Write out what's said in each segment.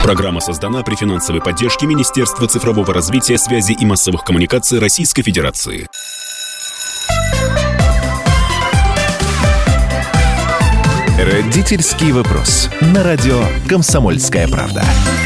Программа создана при финансовой поддержке Министерства цифрового развития, связи и массовых коммуникаций Российской Федерации. Родительский вопрос. На радио «Комсомольская правда».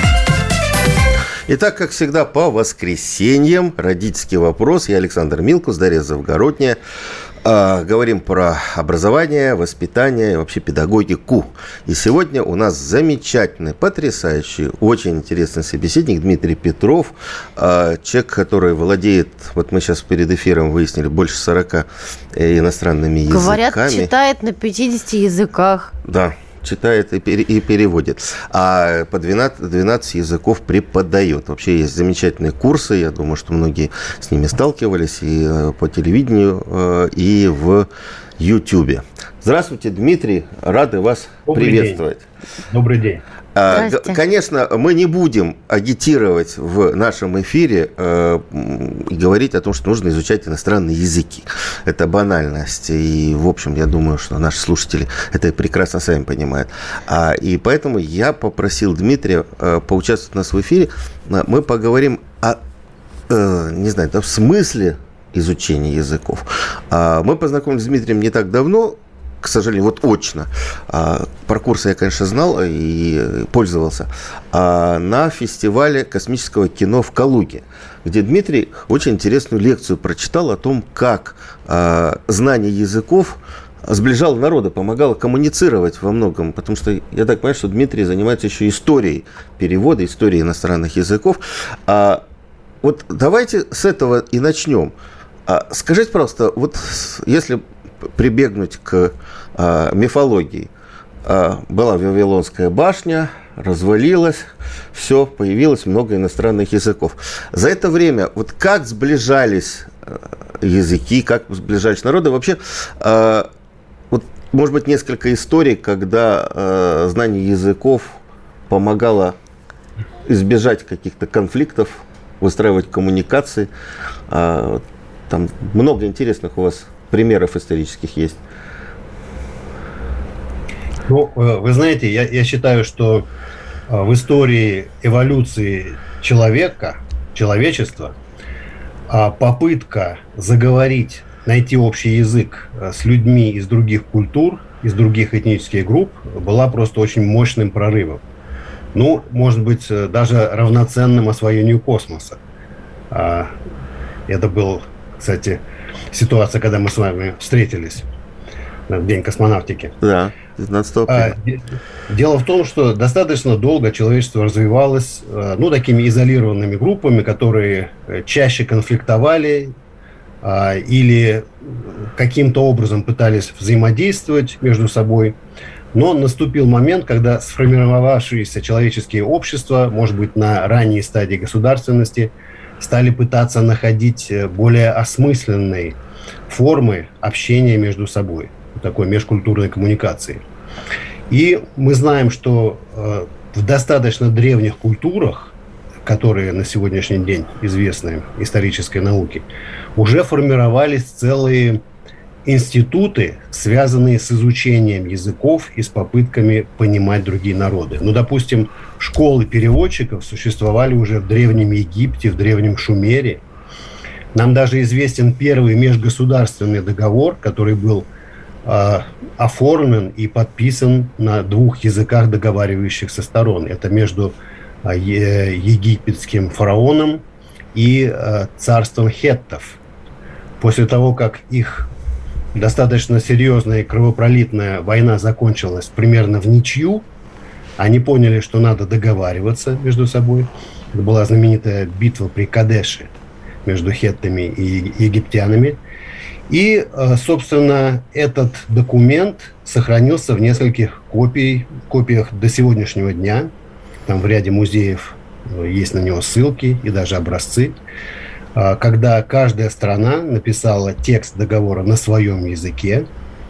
Итак, как всегда, по воскресеньям родительский вопрос. Я Александр Милкус, Дарья Завгородняя. Говорим про образование, воспитание и вообще педагогику. И сегодня у нас замечательный, потрясающий, очень интересный собеседник Дмитрий Петров. Человек, который владеет, вот мы сейчас перед эфиром выяснили, больше 40 иностранными языками. Говорят, читает на 50 языках. Да. Читает и переводит. А по 12 языков преподает. Вообще есть замечательные курсы. Я думаю, что многие с ними сталкивались и по телевидению, и в Ютьюбе. Здравствуйте, Дмитрий. Рады вас приветствовать. Добрый день. Конечно, мы не будем агитировать в нашем эфире и говорить о том, что нужно изучать иностранные языки. Это банальность. И, в общем, я думаю, что наши слушатели это прекрасно сами понимают. И поэтому я попросил Дмитрия поучаствовать у нас в эфире. Мы поговорим о, не знаю, в смысле изучения языков. Мы познакомились с Дмитрием не так давно, к сожалению, вот очно. Про курсы я, конечно, знал и пользовался. На фестивале космического кино в Калуге, где Дмитрий очень интересную лекцию прочитал о том, как знание языков сближало народы, помогало коммуницировать во многом. Потому что я так понимаю, что Дмитрий занимается еще историей перевода, историей иностранных языков. Вот давайте с этого и начнем. Скажите, пожалуйста, вот если прибегнуть к мифологии. Была Вавилонская башня, развалилась, все, появилось много иностранных языков. За это время вот как сближались языки, как сближались народы? Вообще, вот, может быть, несколько историй, когда знание языков помогало избежать каких-то конфликтов, выстраивать коммуникации. Там много интересных у вас примеров исторических есть. Ну, вы знаете, я считаю, что в истории эволюции человечества, попытка заговорить, найти общий язык с людьми из других культур, из других этнических групп была просто очень мощным прорывом. Ну, может быть, даже равноценным освоению космоса. Это был, кстати, ситуация, когда мы с вами встретились в День космонавтики. Да, 19 апреля. Дело в том, что достаточно долго человечество развивалось, такими изолированными группами, которые чаще конфликтовали или каким-то образом пытались взаимодействовать между собой. Но наступил момент, когда сформировавшиеся человеческие общества, может быть, на ранней стадии государственности, стали пытаться находить более осмысленные формы общения между собой, такой межкультурной коммуникации. И мы знаем, что в достаточно древних культурах, которые на сегодняшний день известны исторической науке, уже формировались целые институты, связанные с изучением языков и с попытками понимать другие народы. Допустим, школы переводчиков существовали уже в Древнем Египте, в Древнем Шумере. Нам даже известен первый межгосударственный договор, который был оформлен и подписан на 2 языках договаривающихся сторон. Это между египетским фараоном и царством хеттов. После того, как их достаточно серьезная и кровопролитная война закончилась примерно в ничью, они поняли, что надо договариваться между собой. Это была знаменитая битва при Кадеше между хеттами и египтянами. И, собственно, этот документ сохранился в нескольких копиях до сегодняшнего дня. Там в ряде музеев есть на него ссылки и даже образцы. Когда каждая страна написала текст договора на своем языке.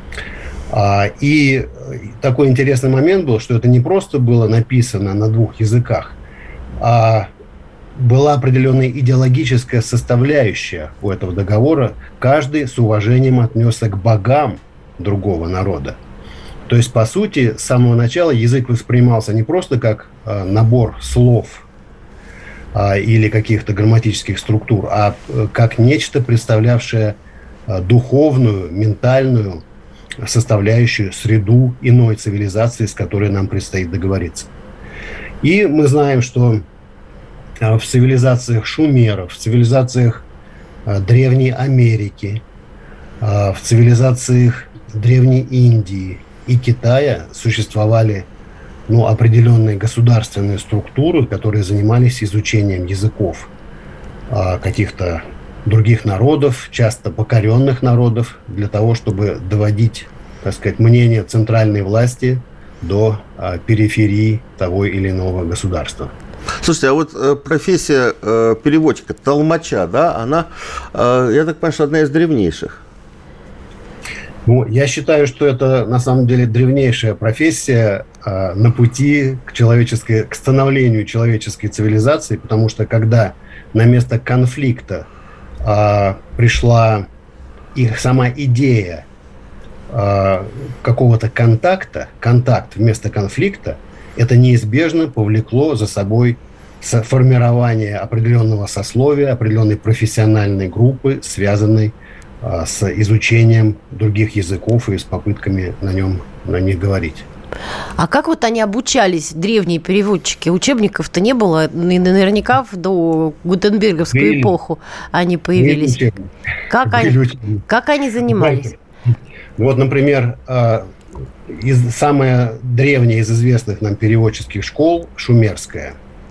И такой интересный момент был, что это не просто было написано на 2 языках, а была определенная идеологическая составляющая у этого договора. Каждый с уважением отнесся к богам другого народа. То есть, по сути, с самого начала язык воспринимался не просто как набор слов или каких-то грамматических структур, а как нечто, представлявшее духовную, ментальную составляющую, среду иной цивилизации, с которой нам предстоит договориться. И мы знаем, что в цивилизациях шумеров, в цивилизациях Древней Америки, в цивилизациях Древней Индии и Китая существовали определенные государственные структуры, которые занимались изучением языков каких-то других народов, часто покоренных народов, для того, чтобы доводить, так сказать, мнение центральной власти до периферии того или иного государства. Слушайте, а вот профессия переводчика, толмача, да, она, я так понимаю, что одна из древнейших. Я считаю, что это на самом деле древнейшая профессия на пути к становлению человеческой цивилизации, потому что когда на место конфликта пришла их сама идея какого-то контакт вместо конфликта, это неизбежно повлекло за собой формирование определенного сословия, определенной профессиональной группы, связанной с изучением других языков и с попытками на них говорить. А как вот они обучались, древние переводчики? Учебников-то не было, и наверняка в до Гутенберговскую эпоху они появились. Как они занимались? Вот, например, самая древняя из известных нам переводческих школ, шумерская,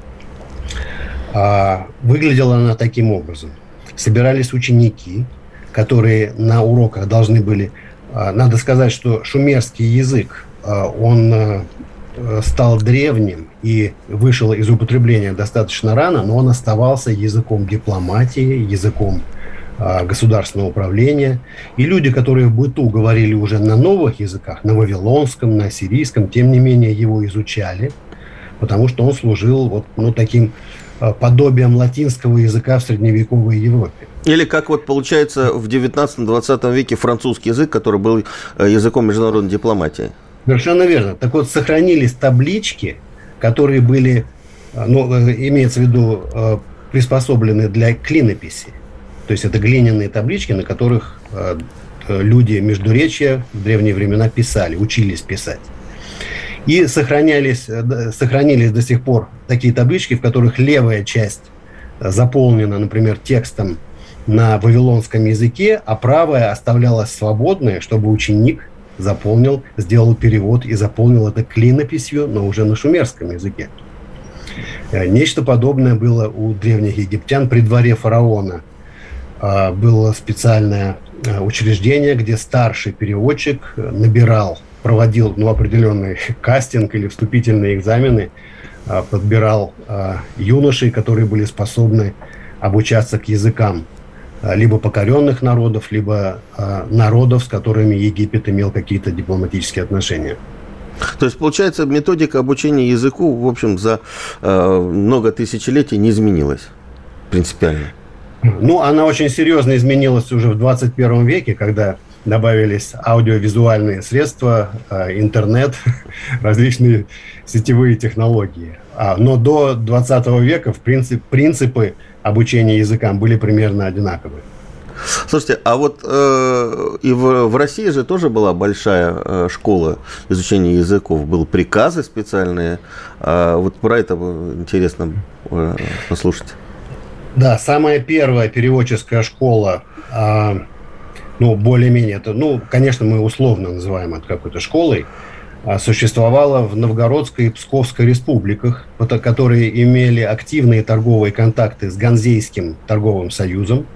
выглядела она таким образом. Собирались ученики, которые на уроках должны были... Надо сказать, что шумерский язык, он стал древним и вышел из употребления достаточно рано, но он оставался языком дипломатии, языком государственного управления. И люди, которые в быту говорили уже на новых языках, на вавилонском, на ассирийском, тем не менее его изучали, потому что он служил таким подобием латинского языка в средневековой Европе. Или как вот получается в 19-20 веке французский язык, который был языком международной дипломатии. Совершенно верно. Так вот, сохранились таблички, которые были, имеется в виду, приспособлены для клинописи. То есть это глиняные таблички, на которых люди Междуречья в древние времена писали, учились писать. И сохранились до сих пор такие таблички, в которых левая часть заполнена, например, текстом на вавилонском языке, а правая оставлялась свободной, чтобы ученик сделал перевод и заполнил это клинописью, но уже на шумерском языке. Нечто подобное было у древних египтян. При дворе фараона было специальное учреждение, где старший переводчик проводил определенный кастинг или вступительные экзамены, подбирал юношей, которые были способны обучаться к языкам либо покоренных народов, либо народов, с которыми Египет имел какие-то дипломатические отношения. То есть, получается, методика обучения языку, в общем, за много тысячелетий не изменилась принципиально? Она очень серьезно изменилась уже в 21 веке, когда добавились аудиовизуальные средства, интернет, различные сетевые технологии. Но до 20 века, принципы обучения языкам были примерно одинаковые. Слушайте, а вот и в России же тоже была большая школа изучения языков, были приказы специальные. Вот про это интересно послушать. Да, самая первая переводческая школа, более-менее, конечно, мы условно называем это какой-то школой, существовала в Новгородской и Псковской республиках, которые имели активные торговые контакты с Ганзейским торговым союзом.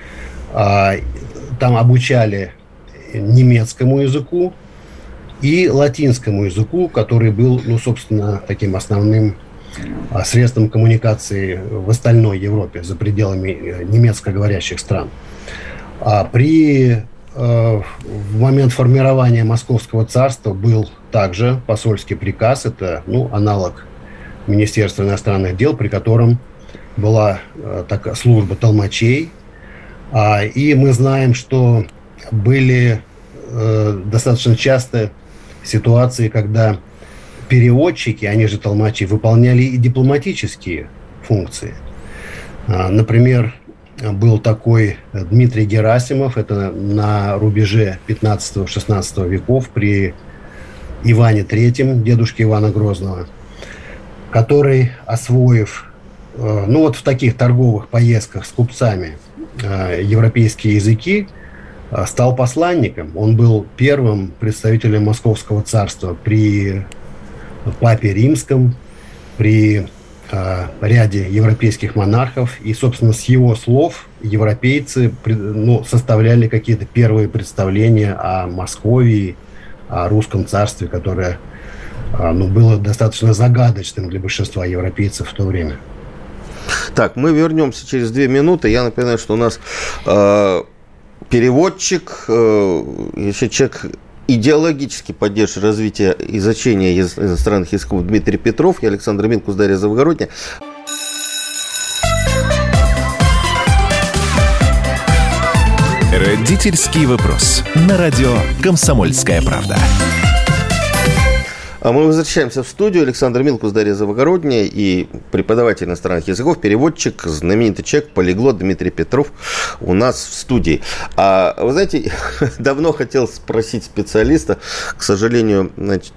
Там обучали немецкому языку и латинскому языку, который был, собственно, таким основным средством коммуникации в остальной Европе, за пределами немецкоговорящих стран. В момент формирования Московского царства был также посольский приказ, это аналог Министерства иностранных дел, при котором была такая служба толмачей. И мы знаем, что были достаточно часто ситуации, когда переводчики, они же толмачи, выполняли и дипломатические функции. Например, был такой Дмитрий Герасимов, это на рубеже 15-16 веков при Иване III, дедушке Ивана Грозного, который, освоив, в таких торговых поездках с купцами европейские языки, стал посланником. Он был первым представителем Московского царства при Папе Римском, при ряде европейских монархов. И, собственно, с его слов европейцы составляли какие-то первые представления о Московии, о русском царстве, которое было достаточно загадочным для большинства европейцев в то время. Так, мы вернемся через 2 минуты. Я напоминаю, что у нас переводчик, еще человек, идеологически поддерживает развитие изучения иностранных языков Дмитрий Петров, я Александр Минкус, Дарья Завгородняя. Родительский вопрос. На радио «Комсомольская правда». А мы возвращаемся в студию. Александр Минкус, Дарья Завгородняя и преподаватель иностранных языков, переводчик, знаменитый человек, полиглот Дмитрий Петров у нас в студии. Вы знаете, давно хотел спросить специалиста, к сожалению,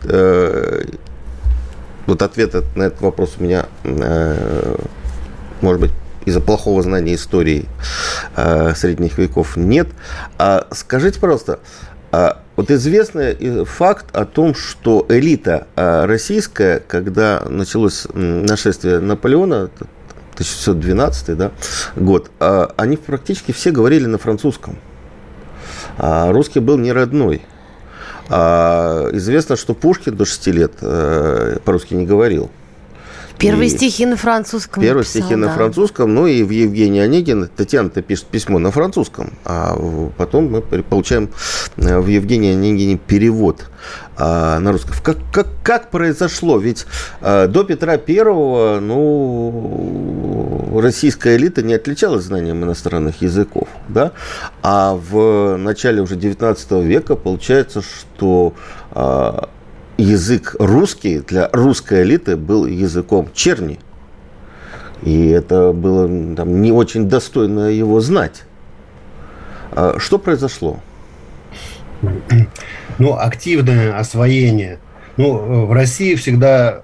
ответа на этот вопрос у меня, может быть, из-за плохого знания истории средних веков нет. Скажите, пожалуйста, известный факт о том, что элита российская, когда началось нашествие Наполеона, 1612 год, они практически все говорили на французском. Русский был не родной. Известно, что Пушкин до 6 лет по-русски не говорил. Первые стихи на французском. Первые стихи на французском, и в Евгении Онегин Татьяна-то пишет письмо на французском, а потом мы получаем в Евгении Онегине перевод на русском. Как произошло? Ведь до Петра I, российская элита не отличалась знанием иностранных языков, да? А в начале уже 19 века получается, что язык русский для русской элиты был языком черни. И это было не очень достойно его знать. Что произошло? Активное освоение. В России всегда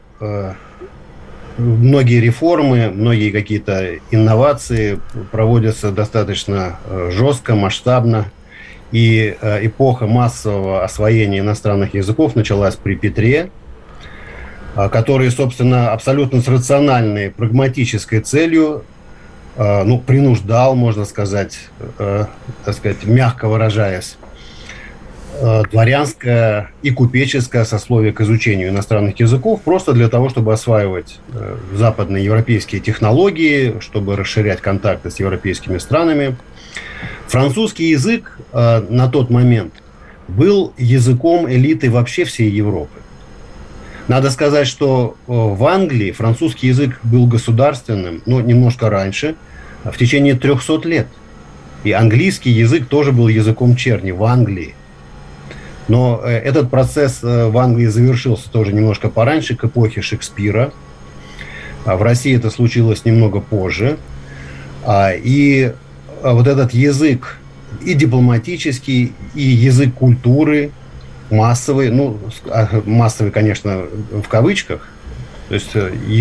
многие реформы, многие какие-то инновации проводятся достаточно жестко, масштабно. И эпоха массового освоения иностранных языков началась при Петре, который, собственно, абсолютно с рациональной, прагматической целью, принуждал, можно сказать, мягко выражаясь, дворянское и купеческое сословие к изучению иностранных языков просто для того, чтобы осваивать западные европейские технологии, чтобы расширять контакты с европейскими странами. Французский язык на тот момент был языком элиты вообще всей Европы. Надо сказать, что в Англии французский язык был государственным, немножко раньше, в течение 300 лет. И английский язык тоже был языком черни в Англии. Но этот процесс в Англии завершился тоже немножко пораньше, к эпохе Шекспира. В России это случилось немного позже. И этот язык и дипломатический, и язык культуры, массовый, массовый, конечно, в кавычках, то есть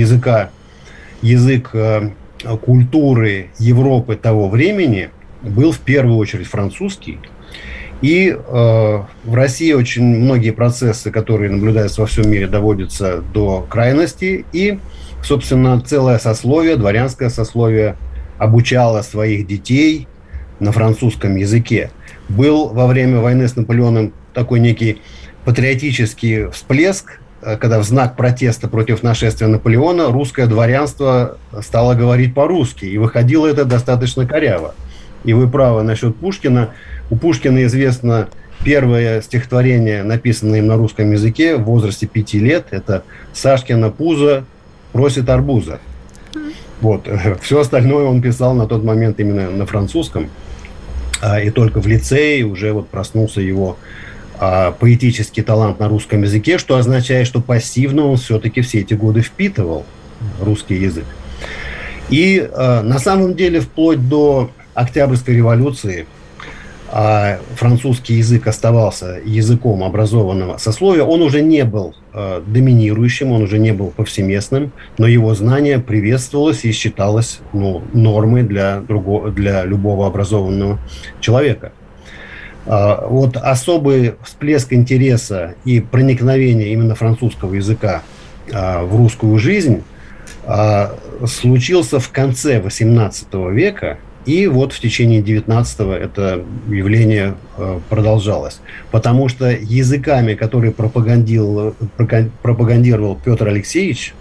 язык культуры Европы того времени был в первую очередь французский. И в России очень многие процессы, которые наблюдаются во всем мире, доводятся до крайности. И, собственно, целое сословие, дворянское сословие, обучало своих детей на французском языке. Был во время войны с Наполеоном такой некий патриотический всплеск, когда в знак протеста против нашествия Наполеона русское дворянство стало говорить по-русски, и выходило это достаточно коряво. И вы правы насчет Пушкина. У Пушкина известно первое стихотворение, написанное им на русском языке в возрасте 5 лет. Это «Сашкина пузо просит арбуза». Все остальное он писал на тот момент именно на французском. И только в лицее уже проснулся его поэтический талант на русском языке, что означает, что пассивно он все-таки все эти годы впитывал русский язык. И на самом деле вплоть до Октябрьской революции французский язык оставался языком образованного сословия. Он уже не был доминирующим, он уже не был повсеместным, но его знание приветствовалось и считалось нормой для любого образованного человека. Вот особый всплеск интереса и проникновения именно французского языка в русскую жизнь случился в конце XVIII века, и вот в течение XIX это явление продолжалось. Потому что языками, которые пропагандировал Петр Алексеевич,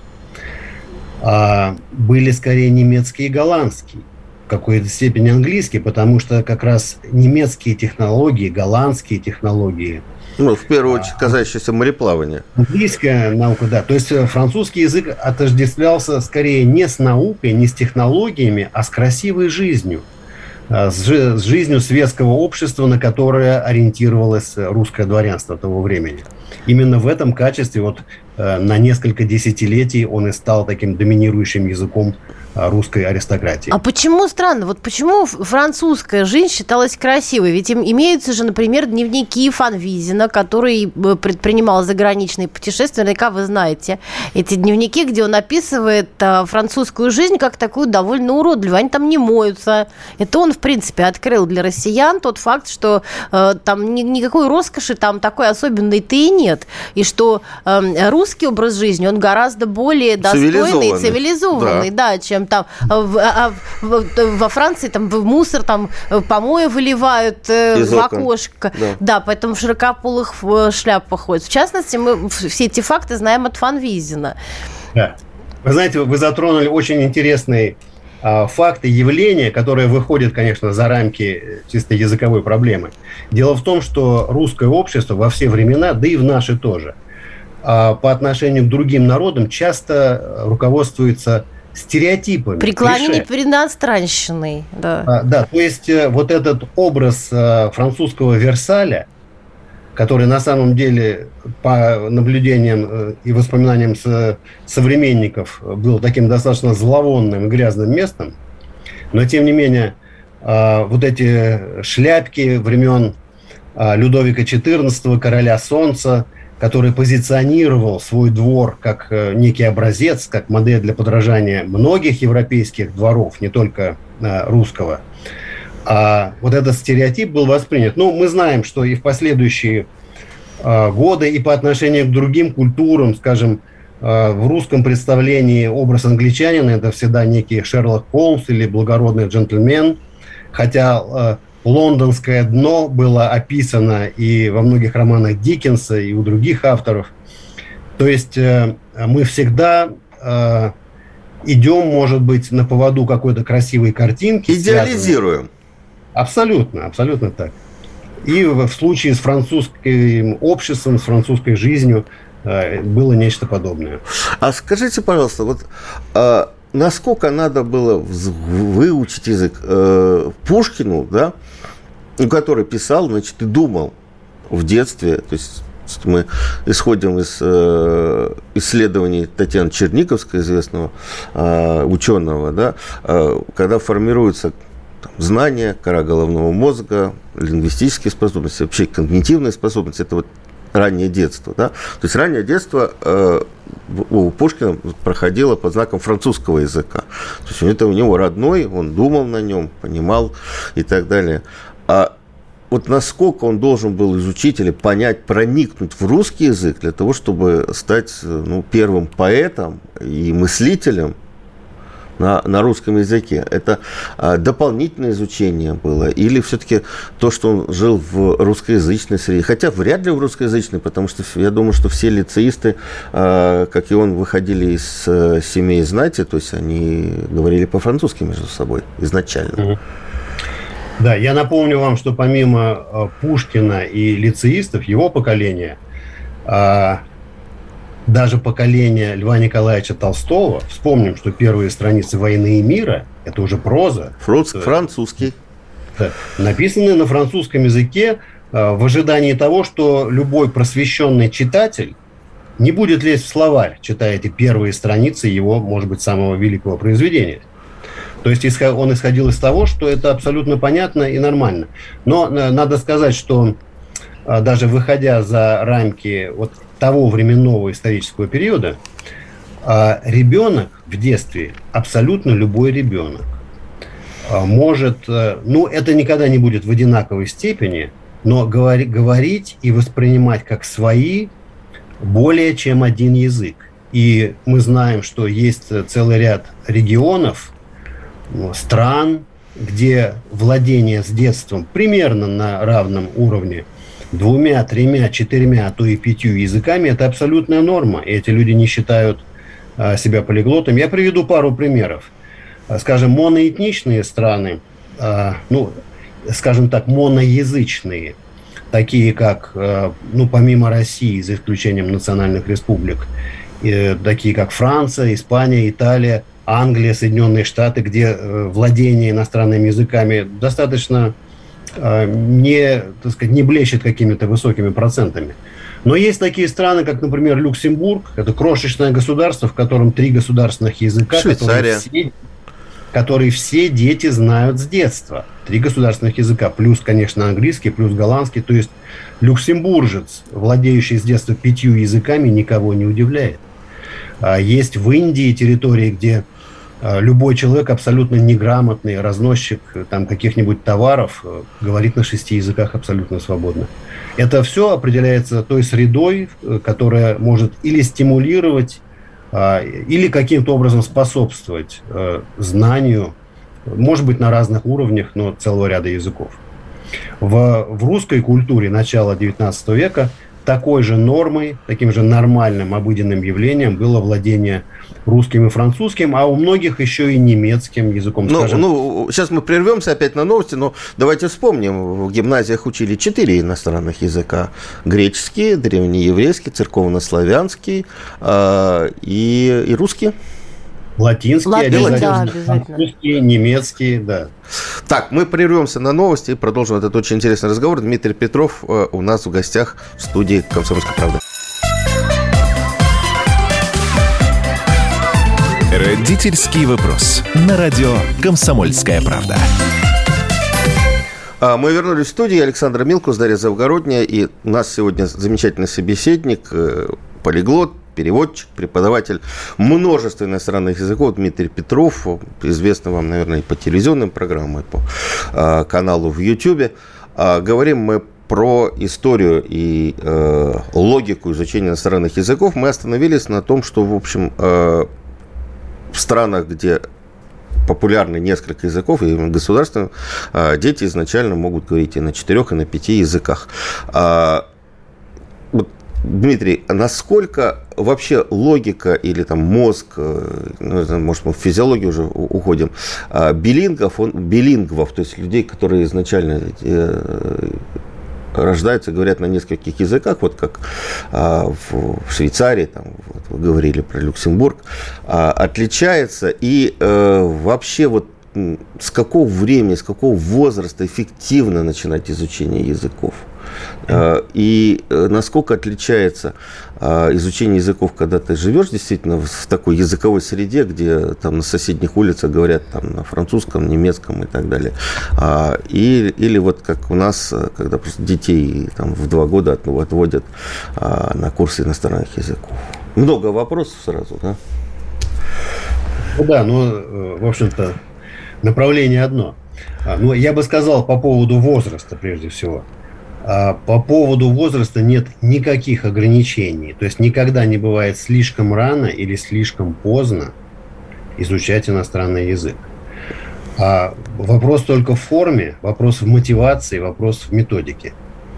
были скорее немецкий и голландский, в какой-то степени английский, потому что как раз немецкие технологии, голландские технологии, в первую очередь, касающиеся мореплавания. Английская наука, да. То есть французский язык отождествлялся скорее не с наукой, не с технологиями, а с красивой жизнью. С жизнью светского общества, на которое ориентировалось русское дворянство того времени. Именно в этом качестве на несколько десятилетий он и стал таким доминирующим языком русской аристократии. А почему странно? Почему французская жизнь считалась красивой? Ведь имеются же, например, дневники Фанвизина, который предпринимал заграничные путешествия. Наверняка вы знаете эти дневники, где он описывает французскую жизнь как такую довольно уродливую. Они там не моются. Это он, в принципе, открыл для россиян тот факт, что там никакой роскоши там такой особенной-то и нет. И что русский образ жизни, он гораздо более достойный и цивилизованный, да, чем там во Франции там в мусор там помои выливают в окошко. Да, поэтому в широкополых шляпах ходят. В частности, мы все эти факты знаем от Фанвизина. Да. Вы знаете, вы затронули очень интересные факты, явления, которые выходят, конечно, за рамки чисто языковой проблемы. Дело в том, что русское общество во все времена, да и в наши тоже, по отношению к другим народам часто руководствуется стереотипами. Преклонение перед иностранщиной. Да. Да, то есть вот этот образ французского Версаля, который на самом деле по наблюдениям и воспоминаниям современников был таким достаточно зловонным и грязным местом, но тем не менее вот эти шляпки времен Людовика XIV, короля Солнца, который позиционировал свой двор как некий образец, как модель для подражания многих европейских дворов, не только русского. А вот этот стереотип был воспринят. Мы знаем, что и в последующие годы, и по отношению к другим культурам, скажем, в русском представлении образ англичанина – это всегда некий Шерлок Холмс или благородный джентльмен, хотя лондонское дно было описано и во многих романах Диккенса, и у других авторов. То есть мы всегда идем, может быть, на поводу какой-то красивой картинки. Идеализируем. Абсолютно, абсолютно так. И в случае с французским обществом, с французской жизнью было нечто подобное. А скажите, пожалуйста, насколько надо было выучить язык Пушкину, да, который писал, значит, и думал в детстве, то есть мы исходим из исследований Татьяны Черниковской, известного ученого, да, когда формируются знания, кора головного мозга, лингвистические способности, вообще когнитивные способности, это раннее детство, да? То есть раннее детство у Пушкина проходило под знаком французского языка. То есть это у него родной, он думал на нем, понимал и так далее. А насколько он должен был изучить или понять, проникнуть в русский язык для того, чтобы стать первым поэтом и мыслителем на русском языке? Это дополнительное изучение было? Или все-таки то, что он жил в русскоязычной среде? Хотя вряд ли в русскоязычной, потому что я думаю, что все лицеисты, как и он, выходили из семей знати, то есть они говорили по-французски между собой изначально. Да, я напомню вам, что помимо Пушкина и лицеистов, его поколения, даже поколение Льва Николаевича Толстого, вспомним, что первые страницы «Войны и мира» – это уже проза. Французский. Да, написанные на французском языке в ожидании того, что любой просвещенный читатель не будет лезть в словарь, читая эти первые страницы его, может быть, самого великого произведения. То есть он исходил из того, что это абсолютно понятно и нормально. Но надо сказать, что даже выходя за рамки вот того временного исторического периода, ребенок в детстве, абсолютно любой ребенок, может, это никогда не будет в одинаковой степени, но говорить и воспринимать как свои более чем один язык. И мы знаем, что есть целый ряд регионов, стран, где владение с детством примерно на равном уровне 2, 3, 4, а то и 5 языками – это абсолютная норма. И эти люди не считают себя полиглотами. Я приведу пару примеров. Скажем, моноэтничные страны, скажем так, моноязычные, такие как, помимо России, за исключением национальных республик, такие как Франция, Испания, Италия, Англия, Соединенные Штаты, где владение иностранными языками достаточно не блещет какими-то высокими процентами. Но есть такие страны, как, например, Люксембург. Это крошечное государство, в котором 3 государственных языка, которые все дети знают с детства. 3 государственных языка, плюс, конечно, английский, плюс голландский. То есть люксембуржец, владеющий с детства 5 языками, никого не удивляет. Есть в Индии территории, где любой человек, абсолютно неграмотный разносчик там каких-нибудь товаров, говорит на 6 языках абсолютно свободно. Это все определяется той средой, которая может или стимулировать, или каким-то образом способствовать знанию, может быть, на разных уровнях, но целого ряда языков. В русской культуре начала XIX века такой же нормой, таким же нормальным обыденным явлением было владение русским и французским, а у многих еще и немецким языком. Сейчас мы прервемся опять на новости, но давайте вспомним. В гимназиях учили 4 иностранных языка. Греческий, древнееврейский, церковнославянский и русский. Латинский, обязательно. Французский, немецкий, да. Так, мы прервемся на новости и продолжим этот очень интересный разговор. Дмитрий Петров у нас в гостях в студии «Комсомольской правды». Родительский вопрос. На радио «Комсомольская правда». Мы вернулись в студию. Александр Милкус, Дарья Завгородняя. И у нас сегодня замечательный собеседник, полиглот, переводчик, преподаватель множества иностранных языков Дмитрий Петров, известный вам, наверное, и по телевизионным программам, и по каналу в YouTube. Говорим мы про историю и логику изучения иностранных языков. Мы остановились на том, что, в общем, в странах, где популярны несколько языков, и государственно, дети изначально могут говорить и на 4, и на 5 языках. Дмитрий, насколько вообще логика или там мозг, может, мы в физиологию уже уходим, билингвов, то есть людей, которые изначально рождаются, говорят на нескольких языках, вот как в Швейцарии, там, вот вы говорили про Люксембург, отличается, и вообще вот с какого времени, с какого возраста эффективно начинать изучение языков? И насколько отличается изучение языков, когда ты живешь действительно в такой языковой среде, где там на соседних улицах говорят там на французском, немецком и так далее, или вот как у нас, когда просто детей там в 2 года отводят на курсы иностранных языков. Много вопросов сразу, да? Да, в общем-то, направление одно. Я бы сказал по поводу возраста, прежде всего. По поводу возраста нет никаких ограничений. То есть никогда не бывает слишком рано или слишком поздно изучать иностранный язык. Вопрос только в форме, вопрос в мотивации, вопрос в методике.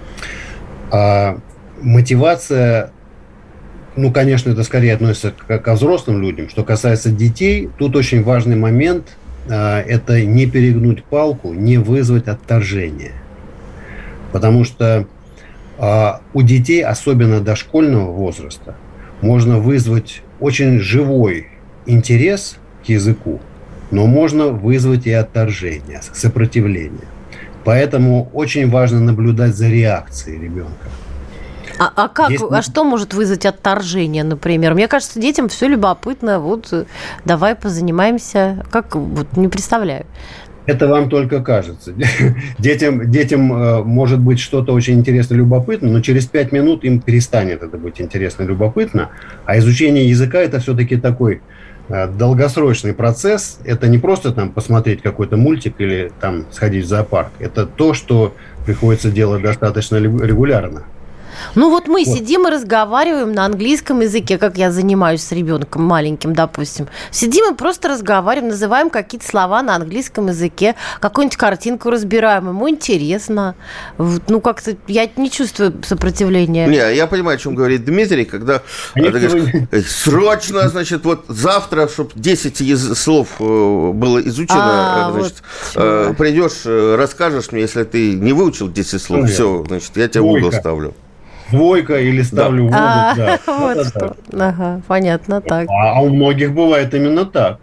Мотивация, конечно, это скорее относится ко взрослым людям. Что касается детей, тут очень важный момент – это не перегнуть палку, не вызвать отторжение. Потому что у детей, особенно дошкольного возраста, можно вызвать очень живой интерес к языку, но можно вызвать и отторжение, сопротивление. Поэтому очень важно наблюдать за реакцией ребенка. А что может вызвать отторжение, например? Мне кажется, детям все любопытно. Вот давай позанимаемся. Как, вот не представляю. Это вам только кажется. Детям может быть что-то очень интересно, любопытно, но через 5 минут им перестанет это быть интересно, любопытно. А изучение языка – это все-таки такой долгосрочный процесс. Это не просто там посмотреть какой-то мультик или там сходить в зоопарк. Это то, что приходится делать достаточно регулярно. Ну вот мы сидим и разговариваем на английском языке, как я занимаюсь с ребенком маленьким, допустим. Сидим и просто разговариваем, называем какие-то слова на английском языке, какую-нибудь картинку разбираем, ему интересно. Ну как-то я не чувствую сопротивления. Не, я понимаю, о чем говорит Дмитрий, когда ты говоришь, срочно, значит, вот завтра, чтобы 10 слов было изучено, значит, вот придешь, расскажешь мне, если ты не выучил 10 слов, все, значит, я тебя в угол ставлю. Двойка или ставлю в угол, да. Вот что. Ага, понятно, так. А у многих бывает именно так.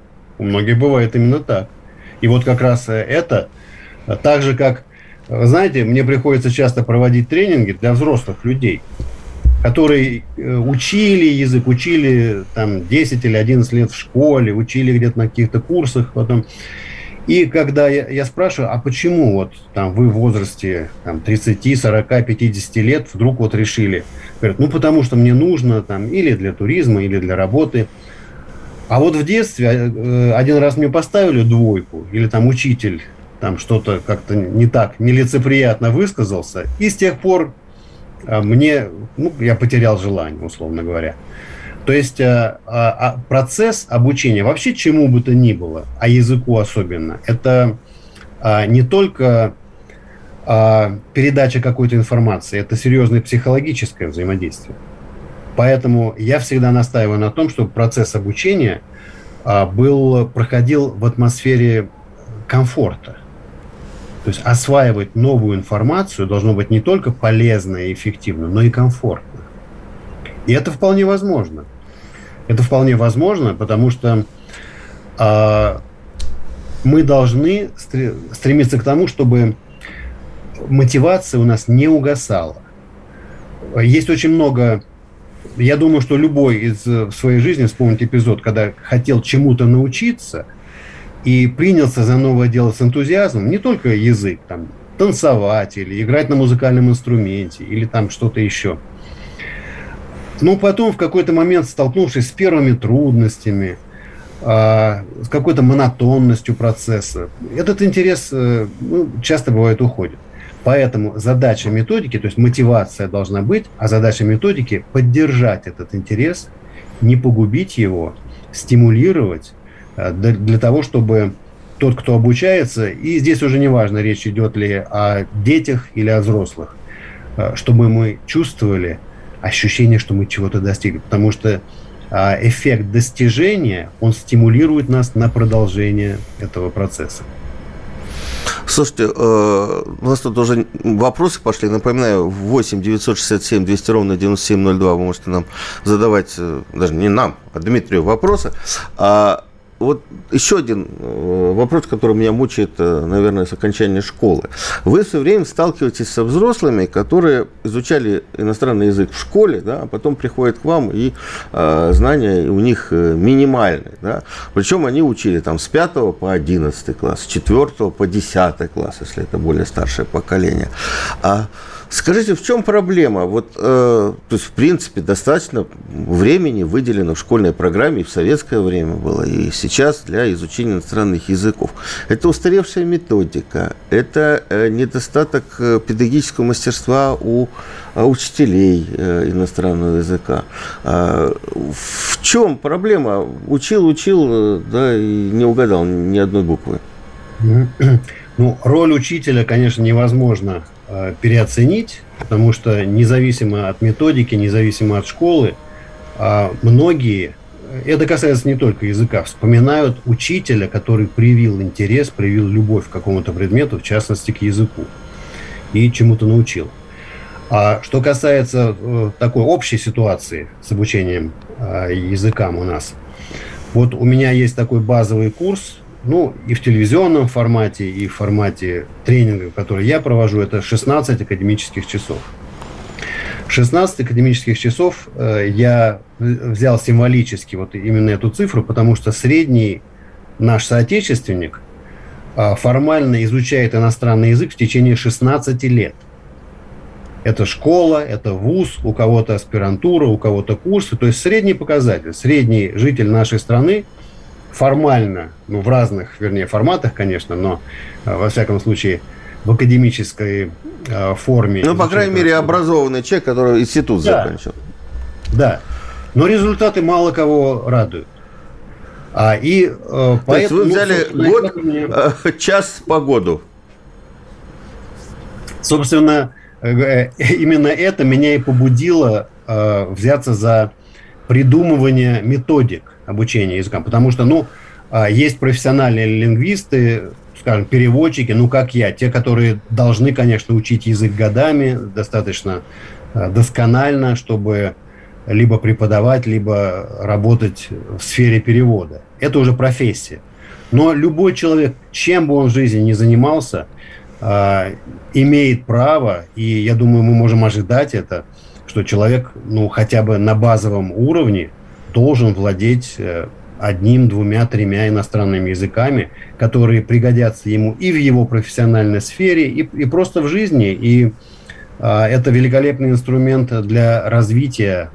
И вот как раз это, так же как, знаете, мне приходится часто проводить тренинги для взрослых людей, которые учили язык, учили там 10 или 11 лет в школе, учили где-то на каких-то курсах потом. И когда я спрашиваю, а почему вот там вы в возрасте там, 30, 40, 50 лет вдруг вот решили? Говорят, ну потому что мне нужно там или для туризма, или для работы. А вот в детстве один раз мне поставили 2, или там учитель там что-то как-то не так, нелицеприятно высказался, и с тех пор я потерял желание, условно говоря. То есть процесс обучения вообще чему бы то ни было, а языку особенно, это не только передача какой-то информации, это серьезное психологическое взаимодействие. Поэтому я всегда настаиваю на том, чтобы процесс обучения проходил в атмосфере комфорта. То есть осваивать новую информацию должно быть не только полезно и эффективно, но и комфортно. И это вполне возможно. Потому что мы должны стремиться к тому, чтобы мотивация у нас не угасала. Есть очень много... Я думаю, что любой в своей жизни вспомнит эпизод, когда хотел чему-то научиться и принялся за новое дело с энтузиазмом, не только язык, там, танцевать или играть на музыкальном инструменте или там что-то еще. Но потом в какой-то момент, столкнувшись с первыми трудностями, с какой-то монотонностью процесса, этот интерес часто бывает уходит. Поэтому задача методики, то есть мотивация должна быть, а задача методики – поддержать этот интерес, не погубить его, стимулировать для того, чтобы тот, кто обучается, и здесь уже не важно, речь идет ли о детях или о взрослых, чтобы мы чувствовали ощущение, что мы чего-то достигли. Потому что эффект достижения, он стимулирует нас на продолжение этого процесса. Слушайте, у нас тут уже вопросы пошли. Напоминаю, 8 967 200 ровно 9702 вы можете нам задавать, даже не нам, а Дмитрию вопросы. Вот еще один вопрос, который меня мучает, наверное, с окончания школы. Вы все время сталкиваетесь со взрослыми, которые изучали иностранный язык в школе, да, а потом приходят к вам, и знания у них минимальные. Да? Причем они учили там, с 5 по 11 класс, с 4 по 10 класс, если это более старшее поколение. Скажите, в чем проблема? Вот, то есть, в принципе, достаточно времени выделено в школьной программе, и в советское время было, и сейчас для изучения иностранных языков. Это устаревшая методика, это недостаток педагогического мастерства у учителей иностранного языка. В чем проблема? Учил, да, и не угадал ни одной буквы. Ну, роль учителя, конечно, невозможно переоценить, потому что независимо от методики, независимо от школы, многие, это касается не только языка, вспоминают учителя, который привил интерес, привил любовь к какому-то предмету, в частности, к языку, и чему-то научил. А что касается такой общей ситуации с обучением языкам у нас, вот у меня есть такой базовый курс, и в телевизионном формате, и в формате тренингов, которые я провожу, это 16 академических часов. 16 академических часов я взял символически вот именно эту цифру, потому что средний наш соотечественник формально изучает иностранный язык в течение 16 лет. Это школа, это вуз, у кого-то аспирантура, у кого-то курсы. То есть средний показатель. Средний житель нашей страны формально, в разных, форматах, конечно, но, во всяком случае, в академической форме. По крайней мере, образованный человек, который институт закончил. Да. Но результаты мало кого радуют. Поэтому, то есть вы взяли час по году. Собственно, именно это меня и побудило взяться за придумывание методик обучения языкам. Потому что, есть профессиональные лингвисты, скажем, переводчики, как я, те, которые должны, конечно, учить язык годами, достаточно досконально, чтобы либо преподавать, либо работать в сфере перевода. Это уже профессия. Но любой человек, чем бы он в жизни ни занимался, имеет право, и я думаю, мы можем ожидать это, что человек, хотя бы на базовом уровне должен владеть 1, 2, 3 иностранными языками, которые пригодятся ему и в его профессиональной сфере, и просто в жизни. И это великолепный инструмент для развития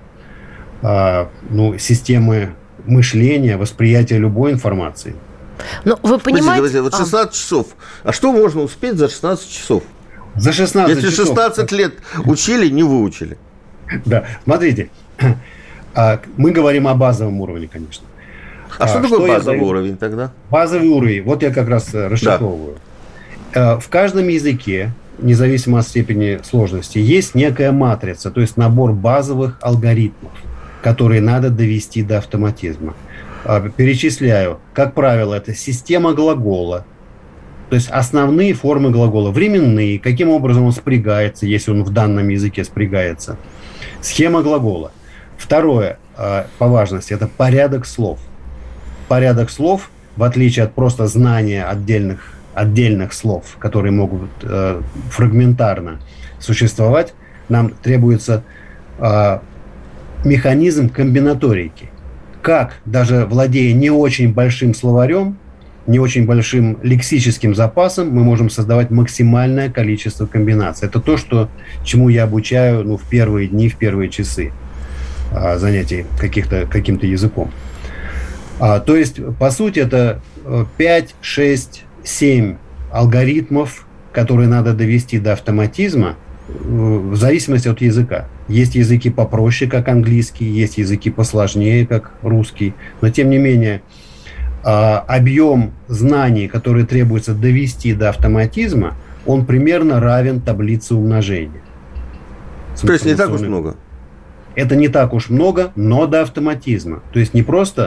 системы мышления, восприятия любой информации. Вы понимаете... Вот 16 часов. А что можно успеть за 16 часов? За 16 часов. Если 16 лет учили, не выучили. Да, смотрите. Мы говорим о базовом уровне, конечно. А что такое базовый уровень тогда? Базовый уровень, вот я как раз расшифровываю. Да. В каждом языке, независимо от степени сложности, есть некая матрица, то есть набор базовых алгоритмов, которые надо довести до автоматизма. Перечисляю. Как правило, это система глагола, то есть основные формы глагола, временные, каким образом он спрягается, если он в данном языке спрягается. Схема глагола. Второе, по важности, это порядок слов. Порядок слов, в отличие от просто знания отдельных слов, которые могут фрагментарно существовать, нам требуется механизм комбинаторики. Как, даже владея не очень большим словарем, не очень большим лексическим запасом, мы можем создавать максимальное количество комбинаций. Это то, чему я обучаю в первые дни, в первые часы занятий каким-то языком. То есть, по сути, это 5, 6, 7 алгоритмов, которые надо довести до автоматизма в зависимости от языка. Есть языки попроще, как английский, есть языки посложнее, как русский. Но, тем не менее, объем знаний, которые требуется довести до автоматизма, он примерно равен таблице умножения. То есть не так уж много? Это не так уж много, но до автоматизма. То есть не просто...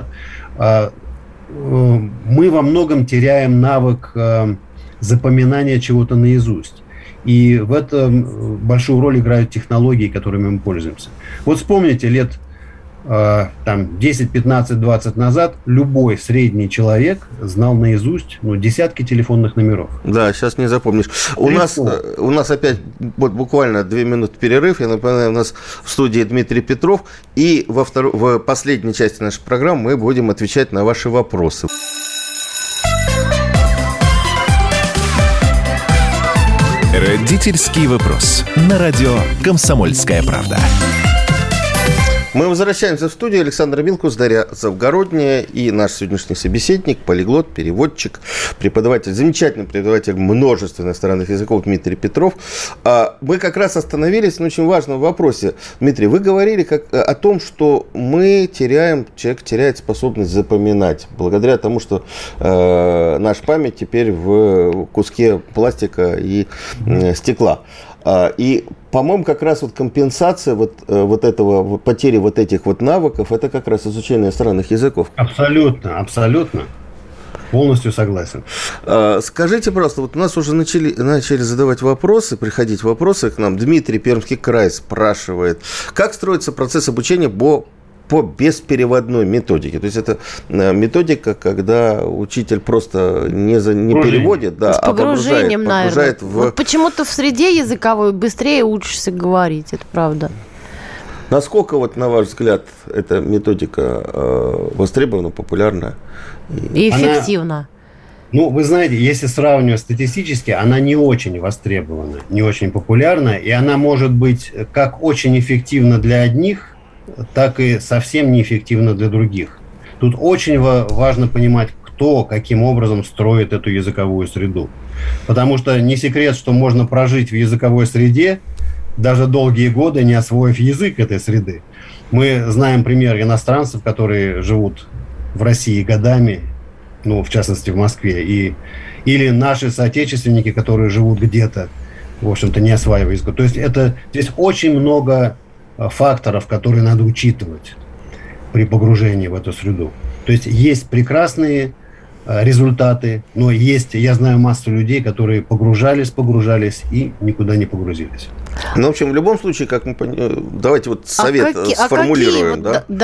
мы во многом теряем навык запоминания чего-то наизусть. И в этом большую роль играют технологии, которыми мы пользуемся. Вот вспомните, лет 10, 15, 20 назад любой средний человек знал наизусть десятки телефонных номеров. Да, сейчас не запомнишь. У нас опять буквально 2 минуты перерыв. Я напоминаю, у нас в студии Дмитрий Петров. И в последней части нашей программы мы будем отвечать на ваши вопросы. Родительский вопрос. На радио «Комсомольская правда». Мы возвращаемся в студию. Александр Милкус, Дарья Завгородняя и наш сегодняшний собеседник, полиглот, переводчик, преподаватель, замечательный преподаватель множества иностранных языков Дмитрий Петров. Мы как раз остановились на очень важном вопросе. Дмитрий, вы говорили о том, что человек теряет способность запоминать, благодаря тому, что наша память теперь в куске пластика и стекла. И, по-моему, как раз компенсация этого, потери этих навыков, это как раз изучение иностранных языков. Абсолютно, абсолютно. Полностью согласен. Скажите, пожалуйста, у нас уже начали задавать вопросы, приходить вопросы к нам. Дмитрий, Пермский край, спрашивает, как строится процесс обучения по беспереводной методике. То есть это методика, когда учитель просто не переводит, да, а погружает в... Вот почему-то в среде языковой быстрее учишься говорить, это правда. Насколько, вот, на ваш взгляд, эта методика востребована, популярна? И эффективна? Вы знаете, если сравнивать статистически, она не очень востребована, не очень популярна, и она может быть как очень эффективна для одних, так и совсем неэффективна для других. Тут очень важно понимать, кто каким образом строит эту языковую среду. Потому что не секрет, что можно прожить в языковой среде даже долгие годы, не освоив язык этой среды. Мы знаем пример иностранцев, которые живут в России годами, в частности, в Москве, или наши соотечественники, которые живут где-то, в общем-то, не осваивая язык. То есть здесь очень много факторов, которые надо учитывать при погружении в эту среду. То есть прекрасные результаты, но я знаю массу людей, которые погружались и никуда не погрузились. В общем, в любом случае, давайте совет сформулируем.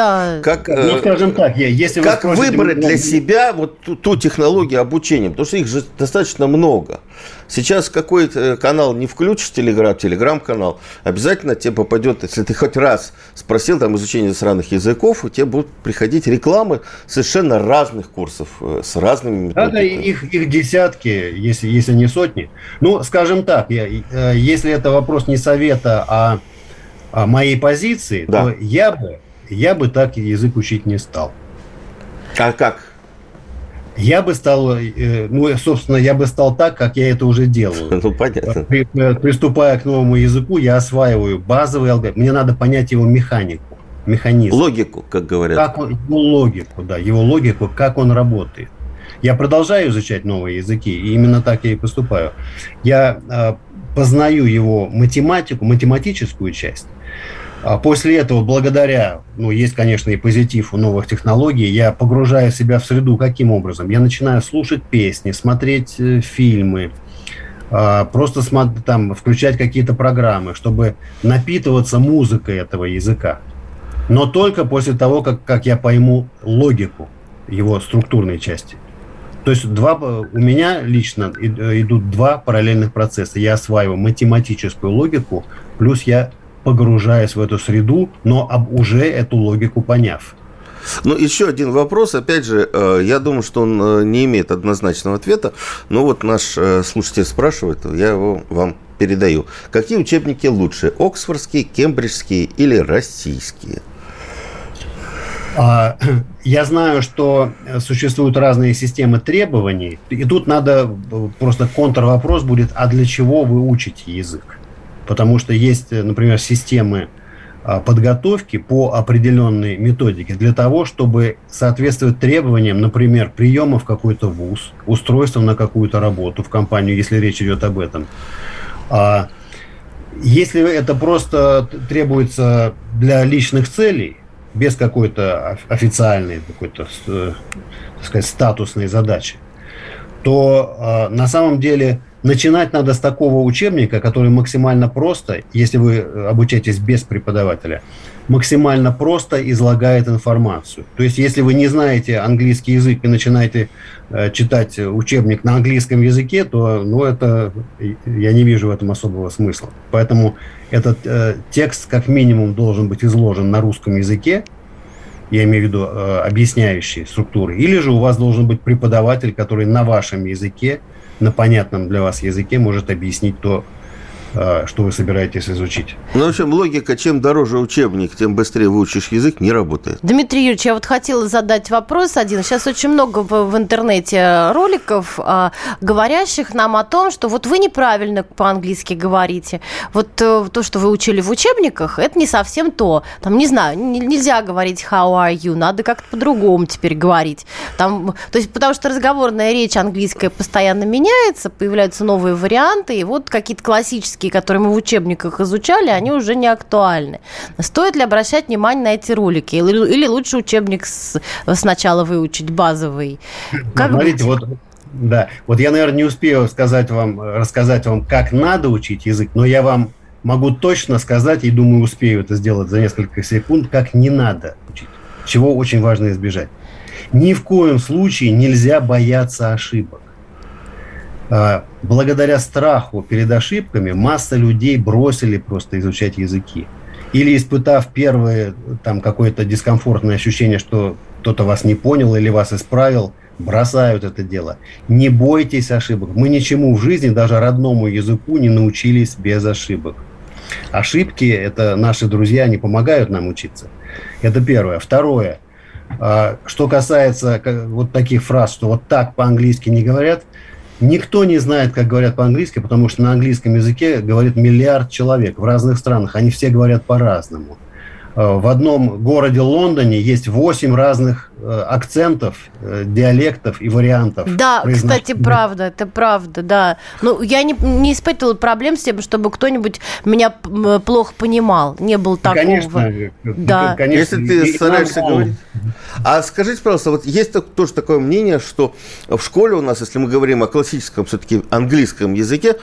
Скажем так, если вы как выбрать для себя ту технологию обучения, потому что их же достаточно много. Сейчас какой-то канал не включишь, телеграм-канал, обязательно тебе попадет, если ты хоть раз спросил изучение иностранных языков, у тебя будут приходить рекламы совершенно разных курсов, с разными методиками. Да, их десятки, если не сотни. Скажем так, если это вопрос не совета, а моей позиции, да, то я бы так язык учить не стал. А как? Я бы стал, я бы стал так, как я это уже делаю. Понятно. Приступая к новому языку, я осваиваю базовый алгоритм. Мне надо понять его механизм. Логику, как говорят. Его логику, как он работает. Я продолжаю изучать новые языки, и именно так я и поступаю. Я познаю его математическую часть. А после этого, благодаря, есть, конечно, и позитив у новых технологий, я погружаю себя в среду каким образом? Я начинаю слушать песни, смотреть фильмы, просто включать какие-то программы, чтобы напитываться музыкой этого языка. Но только после того, как я пойму логику его структурной части. То есть у меня лично идут два параллельных процесса. Я осваиваю математическую логику, плюс я погружаясь в эту среду, но уже эту логику поняв. Еще один вопрос. Опять же, я думаю, что он не имеет однозначного ответа. Но наш слушатель спрашивает, я его вам передаю. Какие учебники лучше? Оксфордские, кембриджские или российские? Я знаю, что существуют разные системы требований. И тут надо просто контрвопрос будет, а для чего вы учите язык? Потому что есть, например, системы подготовки по определенной методике для того, чтобы соответствовать требованиям, например, приема в какой-то вуз, устройства на какую-то работу в компанию, если речь идет об этом. Если это просто требуется для личных целей, без какой-то официальной, статусной задачи, то на самом деле начинать надо с такого учебника, который максимально просто, если вы обучаетесь без преподавателя, максимально просто излагает информацию. То есть, если вы не знаете английский язык и начинаете читать учебник на английском языке, то я не вижу в этом особого смысла. Поэтому этот текст как минимум должен быть изложен на русском языке, я имею в виду объясняющие структуры, или же у вас должен быть преподаватель, который на вашем языке, на понятном для вас языке может объяснить то, что вы собираетесь изучить. В общем, логика, чем дороже учебник, тем быстрее выучишь язык, не работает. Дмитрий Юрьевич, я хотела задать вопрос один. Сейчас очень много в интернете роликов, говорящих нам о том, что вы неправильно по-английски говорите. То, что вы учили в учебниках, это не совсем то. Нельзя говорить how are you, надо как-то по-другому теперь говорить. Потому что разговорная речь английская постоянно меняется, появляются новые варианты, и какие-то классические, которые мы в учебниках изучали, они уже не актуальны. Стоит ли обращать внимание на эти ролики? Или лучше учебник сначала выучить базовый? Смотрите, я, наверное, не успею рассказать вам, как надо учить язык, но я вам могу точно сказать, и думаю, успею это сделать за несколько секунд, как не надо учить. чего очень важно избежать. Ни в коем случае нельзя бояться ошибок. Благодаря страху перед ошибками масса людей бросили просто изучать языки. Или, испытав первое какое-то дискомфортное ощущение, что кто-то вас не понял или вас исправил, бросают это дело. Не бойтесь ошибок. Мы ничему в жизни, даже родному языку, не научились без ошибок. Ошибки – это наши друзья, они помогают нам учиться. Это первое. Второе. Что касается вот таких фраз, что вот так по-английски не говорят, никто не знает, как говорят по-английски, потому что на английском языке говорит миллиард человек в разных странах. Они все говорят по-разному. В одном городе Лондоне есть 8 разных акцентов, диалектов и вариантов. Да, кстати, правда, это правда, да. Ну, я не испытывала проблем с тем, чтобы кто-нибудь меня плохо понимал. Не было такого. Конечно, да. Конечно. Если ты стараешься говорить... А скажите, пожалуйста, вот есть тоже такое мнение, что в школе у нас, если мы говорим о классическом все-таки английском языке,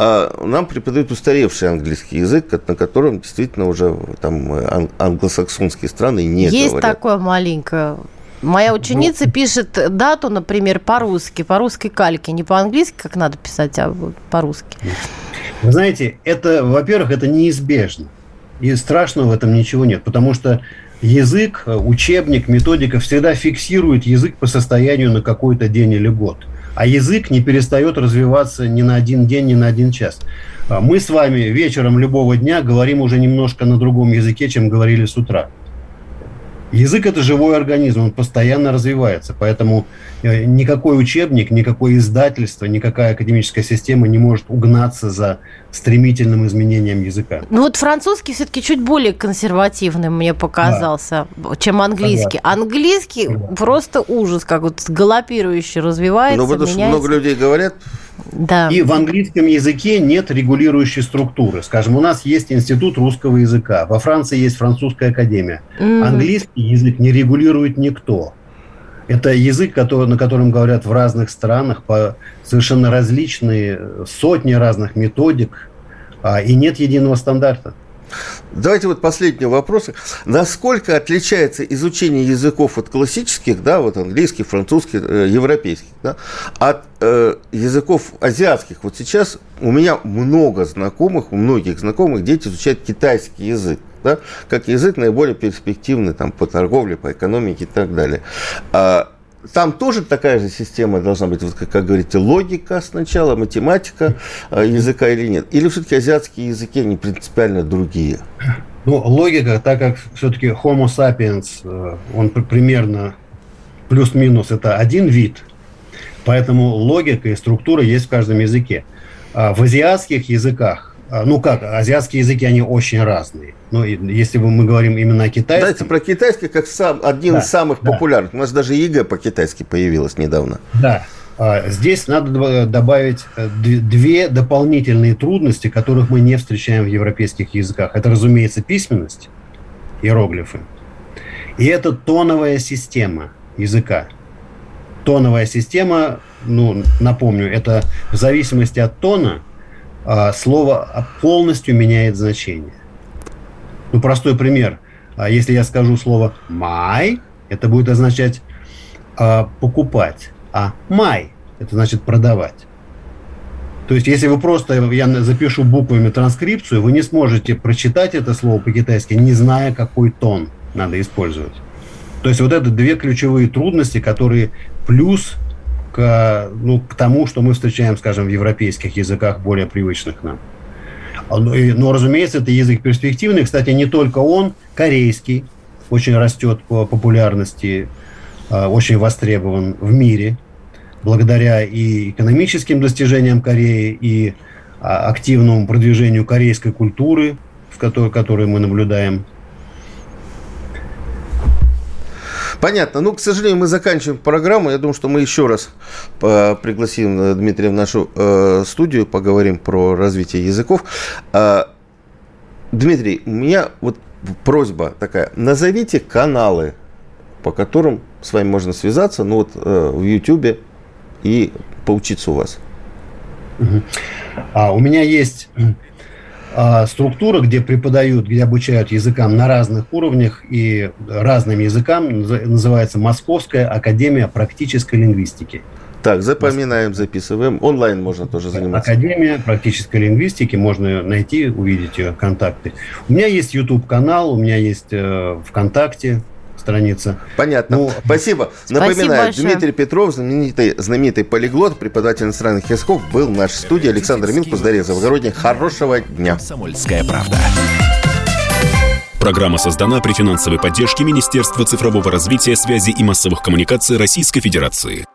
нам преподают устаревший английский язык, на котором действительно уже там англосаксонские страны не говорят. Есть такое маленькое. Моя ученица пишет дату, например, по-русски, по русской кальке. Не по-английски, как надо писать, а вот по-русски. Вы знаете, это, во-первых, это неизбежно. И страшного в этом ничего нет. Потому что язык, учебник, методика всегда фиксирует язык по состоянию на какой-то день или год. А язык не перестает развиваться ни на один день, ни на один час. Мы с вами вечером любого дня говорим уже немножко на другом языке, чем говорили с утра. Язык – это живой организм, он постоянно развивается, поэтому никакой учебник, никакое издательство, никакая академическая система не может угнаться за стремительным изменением языка. Ну вот французский все-таки чуть более консервативным мне показался, чем английский. Да. Английский просто ужас, как вот галопирующе развивается, ну, потому меняется. Что много людей говорят. Да. И в английском языке нет регулирующей структуры. Скажем, у нас есть Институт русского языка, во Франции есть Французская академия. Английский язык не регулирует никто. Это язык, на котором говорят в разных странах по совершенно различные сотни разных методик, и нет единого стандарта. Давайте вот последний вопрос. Насколько отличается изучение языков от классических, да, вот английских, французских, европейских, да, от языков азиатских? Вот сейчас у меня много знакомых, у многих знакомых дети изучают китайский язык, да, как язык наиболее перспективный там, по торговле, по экономике и так далее. Там тоже такая же система должна быть, вот, как говорите, логика сначала, математика языка или нет? Или все-таки азиатские языки, они принципиально другие? Ну, логика, так как все-таки Homo sapiens, он примерно плюс-минус это один вид, поэтому логика и структура есть в каждом языке. В азиатских языках, азиатские языки, они очень разные. Но если мы говорим именно о китайском... Давайте про китайский как один из самых популярных. У нас даже ЕГЭ по-китайски появилось недавно. Да. Здесь надо добавить две дополнительные трудности, которых мы не встречаем в европейских языках. Это, разумеется, письменность, иероглифы. И это тоновая система языка. Тоновая система, напомню, это в зависимости от тона слово полностью меняет значение. Простой пример. Если я скажу слово «май», это будет означать покупать, а «май» – это значит продавать. То есть, если я запишу буквами транскрипцию, вы не сможете прочитать это слово по-китайски, не зная, какой тон надо использовать. То есть, вот это две ключевые трудности, которые плюс к тому, что мы встречаем, скажем, в европейских языках, более привычных нам. Но, разумеется, это язык перспективный. Кстати, не только он, корейский очень растет по популярности, очень востребован в мире, благодаря и экономическим достижениям Кореи, и активному продвижению корейской культуры, которую мы наблюдаем. Понятно. К сожалению, мы заканчиваем программу. Я думаю, что мы еще раз пригласим Дмитрия в нашу студию, поговорим про развитие языков. Дмитрий, у меня вот просьба такая. Назовите каналы, по которым с вами можно связаться, в Ютубе и поучиться у вас. У меня есть структура, где преподают, где обучают языкам на разных уровнях и разным языкам, называется Московская академия практической лингвистики. Так, запоминаем, записываем. Онлайн можно тоже заниматься. Академия практической лингвистики, можно найти, увидеть ее контакты. У меня есть YouTube-канал, у меня есть ВКонтакте страница. Понятно. Спасибо. Напоминаю, большое. Дмитрий Петров, знаменитый полиглот, преподаватель иностранных языков, был в нашей студии. Александр Минкус, Дарья Завгородняя. Хорошего дня. «Комсомольская правда». Программа создана при финансовой поддержке Министерства цифрового развития, связи и массовых коммуникаций Российской Федерации.